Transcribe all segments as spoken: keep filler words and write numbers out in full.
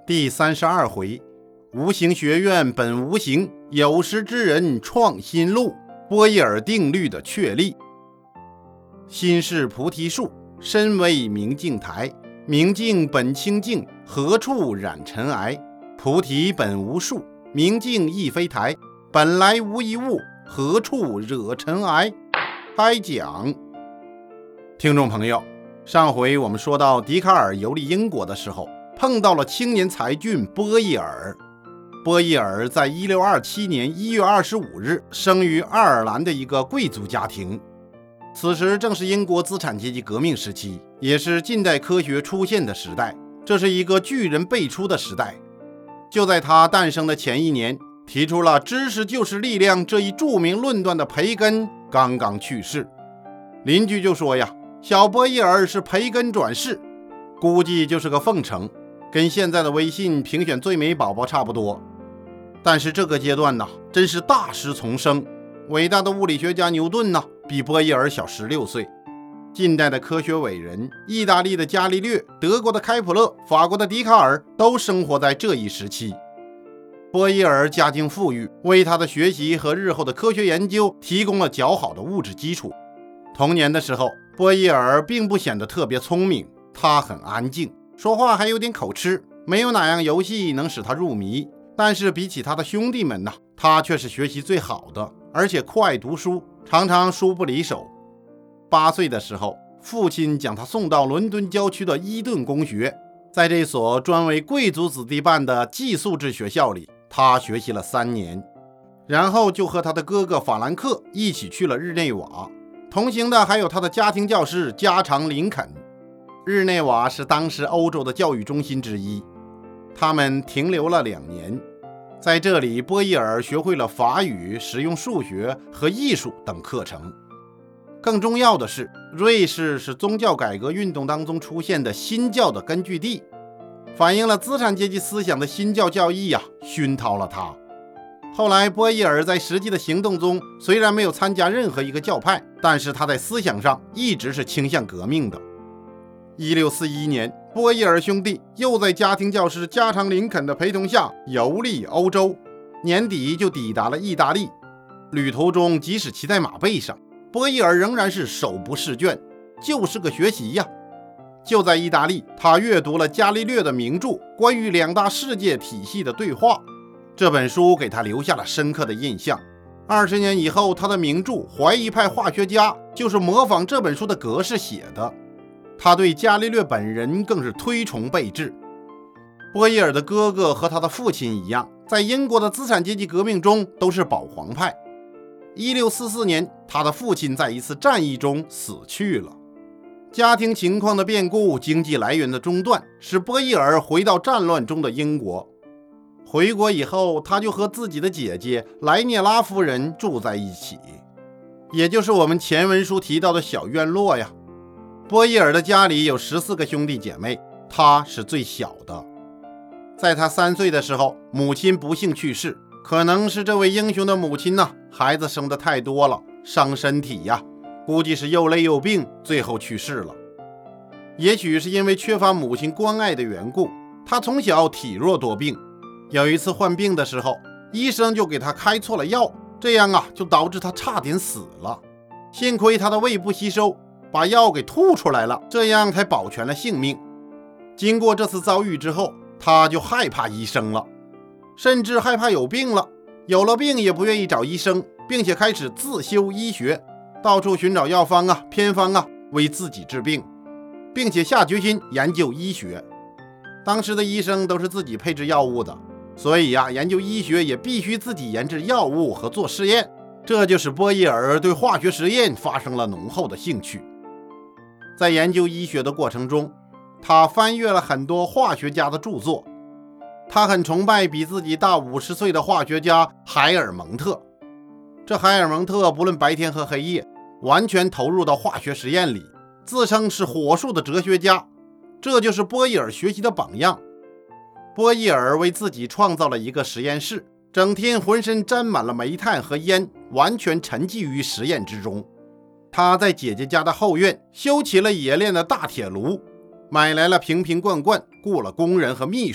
第三十二回，无形学院本无形，有识之人创新路。波义耳定律的确立。心是菩提树，身为明镜台。明镜本清净，何处染尘埃？菩提本无树，明镜亦非台。本来无一物，何处惹尘埃？开讲。听众朋友，上回我们说到笛卡尔游历英国的时候，碰到了青年才俊波义耳。波义耳在一六二七年一月二十五日生于爱尔兰的一个贵族家庭。此时正是英国资产阶级革命时期，也是近代科学出现的时代，这是一个巨人辈出的时代。就在他诞生的前一年，提出了知识就是力量这一著名论断的培根刚刚去世。邻居就说呀，小波义耳是培根转世，估计就是个奉承，跟现在的微信评选最美宝宝差不多。但是这个阶段呢，真是大师丛生。伟大的物理学家牛顿呢，比波义耳小十六岁。近代的科学伟人，意大利的伽利略，德国的开普勒，法国的笛卡尔，都生活在这一时期。波义耳家境富裕，为他的学习和日后的科学研究提供了较好的物质基础。童年的时候，波义耳并不显得特别聪明，他很安静，说话还有点口吃，没有哪样游戏能使他入迷。但是比起他的兄弟们呢，他却是学习最好的，而且酷爱读书，常常书不离手。八岁的时候，父亲将他送到伦敦郊区的伊顿公学，在这所专为贵族子弟办的寄宿制学校里，他学习了三年，然后就和他的哥哥法兰克一起去了日内瓦，同行的还有他的家庭教师加长林肯。日内瓦是当时欧洲的教育中心之一。他们停留了两年，在这里波义耳学会了法语、实用数学和艺术等课程。更重要的是，瑞士是宗教改革运动当中出现的新教的根据地，反映了资产阶级思想的新教教义呀、啊，熏陶了他。后来波义耳在实际的行动中虽然没有参加任何一个教派，但是他在思想上一直是倾向革命的。一六四一年，波义耳兄弟又在家庭教师加长林肯的陪同下游历欧洲，年底就抵达了意大利。旅途中，即使骑在马背上，波义耳仍然是手不释卷，就是个学习呀。就在意大利，他阅读了伽利略的名著《关于两大世界体系的对话》，这本书给他留下了深刻的印象。二十年以后，他的名著《怀疑派化学家》就是模仿这本书的格式写的。他对伽利略本人更是推崇备至。波义耳的哥哥和他的父亲一样，在英国的资产阶级革命中都是保皇派。一六四四年，他的父亲在一次战役中死去了。家庭情况的变故，经济来源的中断，使波义耳回到战乱中的英国。回国以后，他就和自己的姐姐莱涅拉夫人住在一起，也就是我们前文书提到的小院落呀。波义耳的家里有十四个兄弟姐妹，他是最小的。在他三岁的时候，母亲不幸去世，可能是这位英雄的母亲呢，孩子生得太多了，伤身体呀，估计是又累又病，最后去世了。也许是因为缺乏母亲关爱的缘故，他从小体弱多病。有一次患病的时候，医生就给他开错了药，这样啊，就导致他差点死了。幸亏他的胃不吸收，把药给吐出来了，这样才保全了性命。经过这次遭遇之后，他就害怕医生了，甚至害怕有病了，有了病也不愿意找医生，并且开始自修医学，到处寻找药方啊、偏方啊，为自己治病，并且下决心研究医学。当时的医生都是自己配制药物的，所以呀、啊，研究医学也必须自己研制药物和做试验，这就使波义耳对化学实验发生了浓厚的兴趣。在研究医学的过程中，他翻阅了很多化学家的著作。他很崇拜比自己大五十岁的化学家海尔蒙特。这海尔蒙特不论白天和黑夜，完全投入到化学实验里，自称是火术的哲学家，这就是波义耳学习的榜样。波义耳为自己创造了一个实验室，整天浑身沾满了煤炭和烟，完全沉寂于实验之中。他在姐姐家的后院修起了冶炼的大铁炉，买来了瓶瓶罐罐，雇了工人和秘书，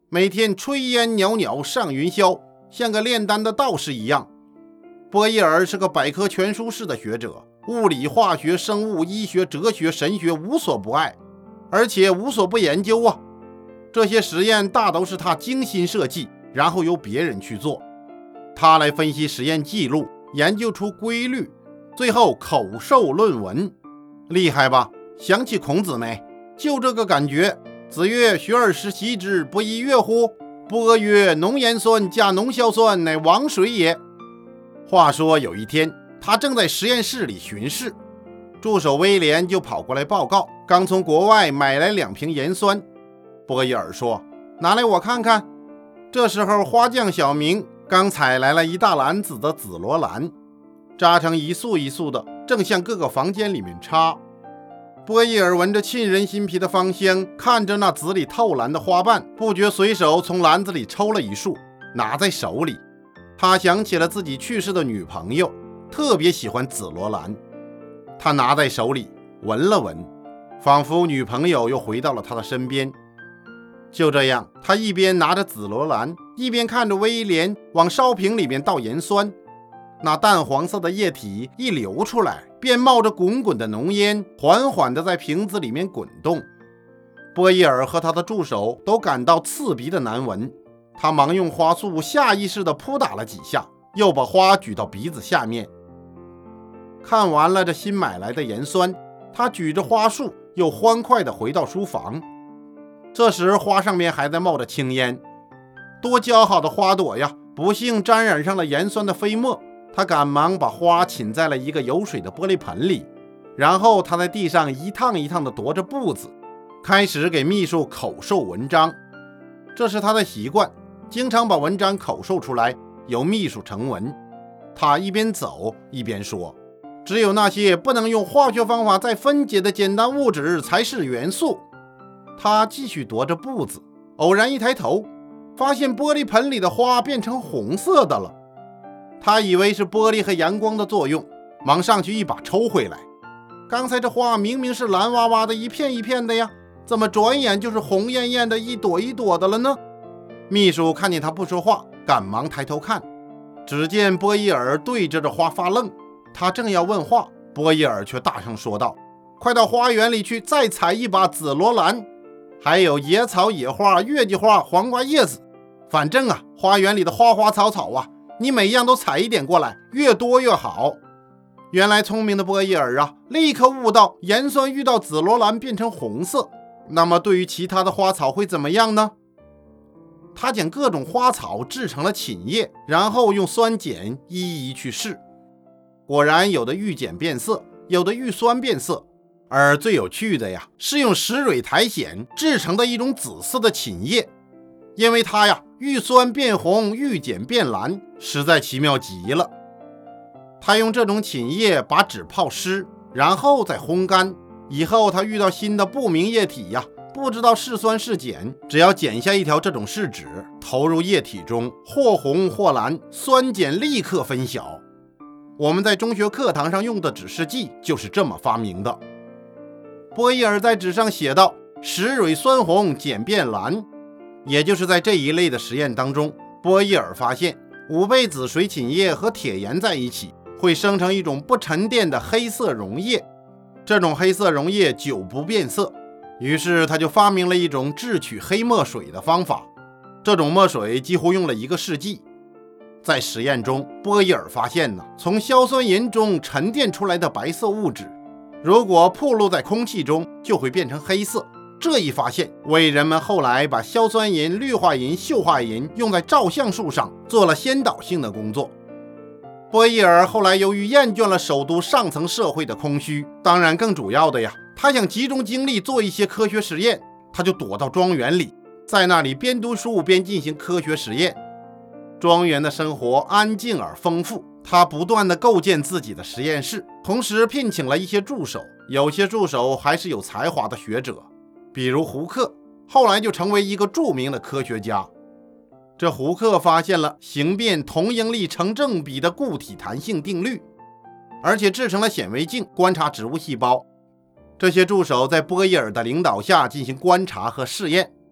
每天炊烟袅袅上云霄，像个炼丹的道士一样。波义耳是个百科全书式的学者，物理、化学、生物、医学、哲学、神学无所不爱，而且无所不研究啊。这些实验大都是他精心设计，然后由别人去做，他来分析实验记录，研究出规律，最后口授论文，厉害吧？想起孔子没？就这个感觉。子曰：学而时习之，不亦说乎？波曰：浓盐酸加浓硝酸，乃王水也。话说有一天，他正在实验室里巡视，助手威廉就跑过来报告，刚从国外买来两瓶盐酸。波义耳说：拿来我看看。这时候花匠小明刚采来了一大篮子的紫罗兰，扎成一束一束的，正向各个房间里面插。波义耳闻着沁人心脾的芳香，看着那紫里透蓝的花瓣，不觉随手从篮子里抽了一束，拿在手里。他想起了自己去世的女朋友，特别喜欢紫罗兰。他拿在手里闻了闻，仿佛女朋友又回到了他的身边。就这样，他一边拿着紫罗兰，一边看着威廉往烧瓶里面倒盐酸。那淡黄色的液体一流出来，便冒着滚滚的浓烟，缓缓地在瓶子里面滚动。波义耳和他的助手都感到刺鼻的难闻，他忙用花束下意识地扑打了几下，又把花举到鼻子下面。看完了这新买来的盐酸，他举着花束又欢快地回到书房。这时花上面还在冒着青烟，多姣好的花朵呀，不幸沾染上了盐酸的飞沫。他赶忙把花浸在了一个有水的玻璃盆里，然后他在地上一趟一趟地踱着步子，开始给秘书口授文章。这是他的习惯，经常把文章口授出来，由秘书成文。他一边走一边说：只有那些不能用化学方法再分解的简单物质才是元素。他继续踱着步子，偶然一抬头，发现玻璃盆里的花变成红色的了。他以为是玻璃和阳光的作用，忙上去一把抽回来。刚才这花明明是蓝哇哇的一片一片的呀，怎么转眼就是红艳艳的一朵一朵的了呢？秘书看见他不说话，赶忙抬头看，只见波义耳对着这花发愣。他正要问话，波义耳却大声说道：快到花园里去，再采一把紫罗兰，还有野草、野花、月季花、黄瓜叶子，反正啊，花园里的花花草草啊，你每样都采一点过来，越多越好。原来聪明的波义耳啊，立刻悟到盐酸遇到紫罗兰变成红色，那么对于其他的花草会怎么样呢？他将各种花草制成了寝液，然后用酸碱一一去试。果然有的遇碱变色，有的遇酸变色，而最有趣的呀，是用石蕊苔藓制成的一种紫色的寝液，因为它呀遇酸变红，遇碱变蓝，实在奇妙极了。他用这种寝液把纸泡湿，然后再烘干，以后他遇到新的不明液体呀，不知道是酸是碱，只要剪下一条这种试纸，投入液体中，或红或蓝，酸碱立刻分晓。我们在中学课堂上用的指示剂就是这么发明的。波义耳在纸上写道：石蕊酸红，碱变蓝。也就是在这一类的实验当中，波义耳发现五倍子水寝液和铁盐在一起会生成一种不沉淀的黑色溶液，这种黑色溶液久不变色，于是他就发明了一种制取黑墨水的方法。这种墨水几乎用了一个世纪。在实验中，波义耳发现呢，从硝酸银中沉淀出来的白色物质，如果暴露在空气中，就会变成黑色。这一发现为人们后来把硝酸银、氯化银、溴化银用在照相术上做了先导性的工作。波义耳后来由于厌倦了首都上层社会的空虚，当然更主要的呀，他想集中精力做一些科学实验，他就躲到庄园里，在那里边读书边进行科学实验。庄园的生活安静而丰富，他不断地构建自己的实验室，同时聘请了一些助手，有些助手还是有才华的学者，比如胡克，后来就成为一个著名的科学家。这胡克发现了形变同应力成正比的固体弹性定律，而且制成了显微镜观察植物细胞。这些助手在波义耳的领导下进行观察和试验，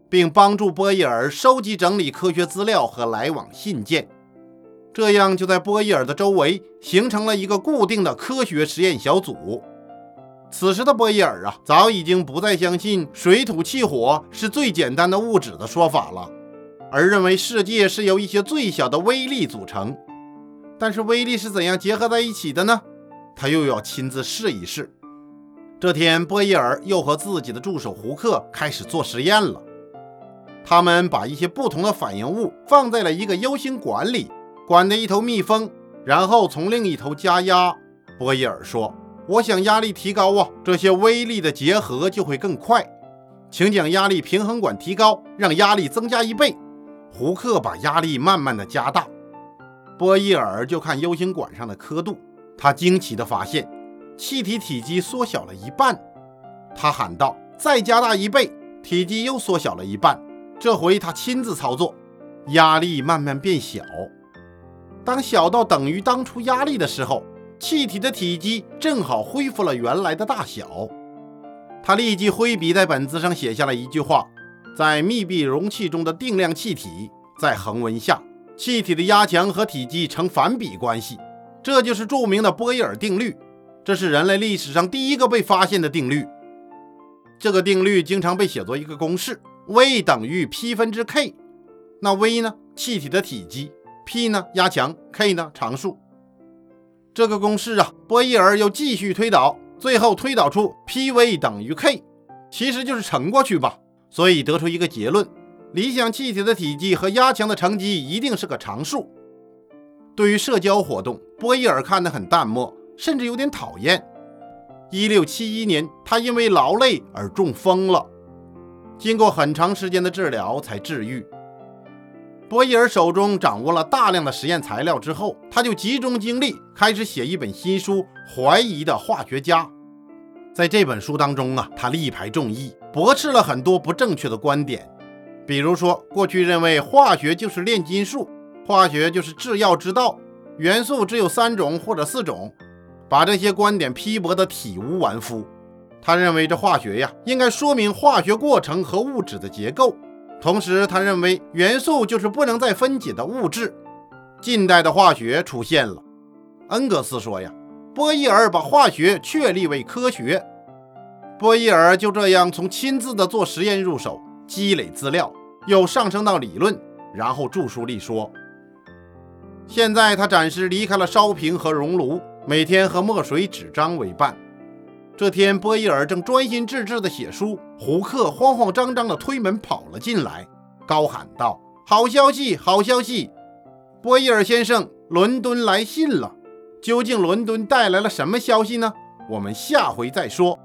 并帮助波义尔收集整理科学资料和来往信件。这样就在波义尔的周围形成了一个固定的科学实验小组。此时的波义尔啊，早已经不再相信水土气火是最简单的物质的说法了，而认为世界是由一些最小的微粒组成。但是微粒是怎样结合在一起的呢？他又要亲自试一试。这天，波义尔又和自己的助手胡克开始做实验了。他们把一些不同的反应物放在了一个 U 型管里，管的一头密封，然后从另一头加压。波义尔说，我想压力提高啊，这些微粒的结合就会更快，请将压力平衡管提高，让压力增加一倍。胡克把压力慢慢的加大，波义尔就看 U 型管上的刻度，他惊奇地发现气体体积缩小了一半。他喊道，再加大一倍，体积又缩小了一半。这回他亲自操作，压力慢慢变小。当小到等于当初压力的时候，气体的体积正好恢复了原来的大小。他立即挥笔在本子上写下了一句话，在密闭容器中的定量气体，在恒温下，气体的压强和体积成反比关系。这就是著名的波义尔定律，这是人类历史上第一个被发现的定律。这个定律经常被写作一个公式， V 等于 P 分之 K。 那 V 呢，气体的体积， P 呢，压强， K 呢，常数。这个公式啊，波义尔又继续推导，最后推导出 P V 等于 K， 其实就是乘过去吧。所以得出一个结论，理想气体的体积和压强的乘积一定是个常数。对于社交活动，波义尔看得很淡漠，甚至有点讨厌。一六七一年，他因为劳累而中风了，经过很长时间的治疗才治愈。波义尔手中掌握了大量的实验材料之后，他就集中精力开始写一本新书《怀疑的化学家》。在这本书当中啊，他力排众议，驳斥了很多不正确的观点。比如说，过去认为化学就是炼金术，化学就是制药之道，元素只有三种或者四种，把这些观点批驳得体无完肤。他认为这化学呀，应该说明化学过程和物质的结构。同时他认为元素就是不能再分解的物质。近代的化学出现了。恩格斯说呀，波义尔把化学确立为科学。波义尔就这样从亲自的做实验入手，积累资料，又上升到理论，然后著书立说。现在他暂时离开了烧瓶和熔炉，每天和墨水纸张为伴。这天，波义尔正专心致志地写书，胡克慌慌张张地推门跑了进来，高喊道，好消息，好消息，波义尔先生，伦敦来信了。究竟伦敦带来了什么消息呢？我们下回再说。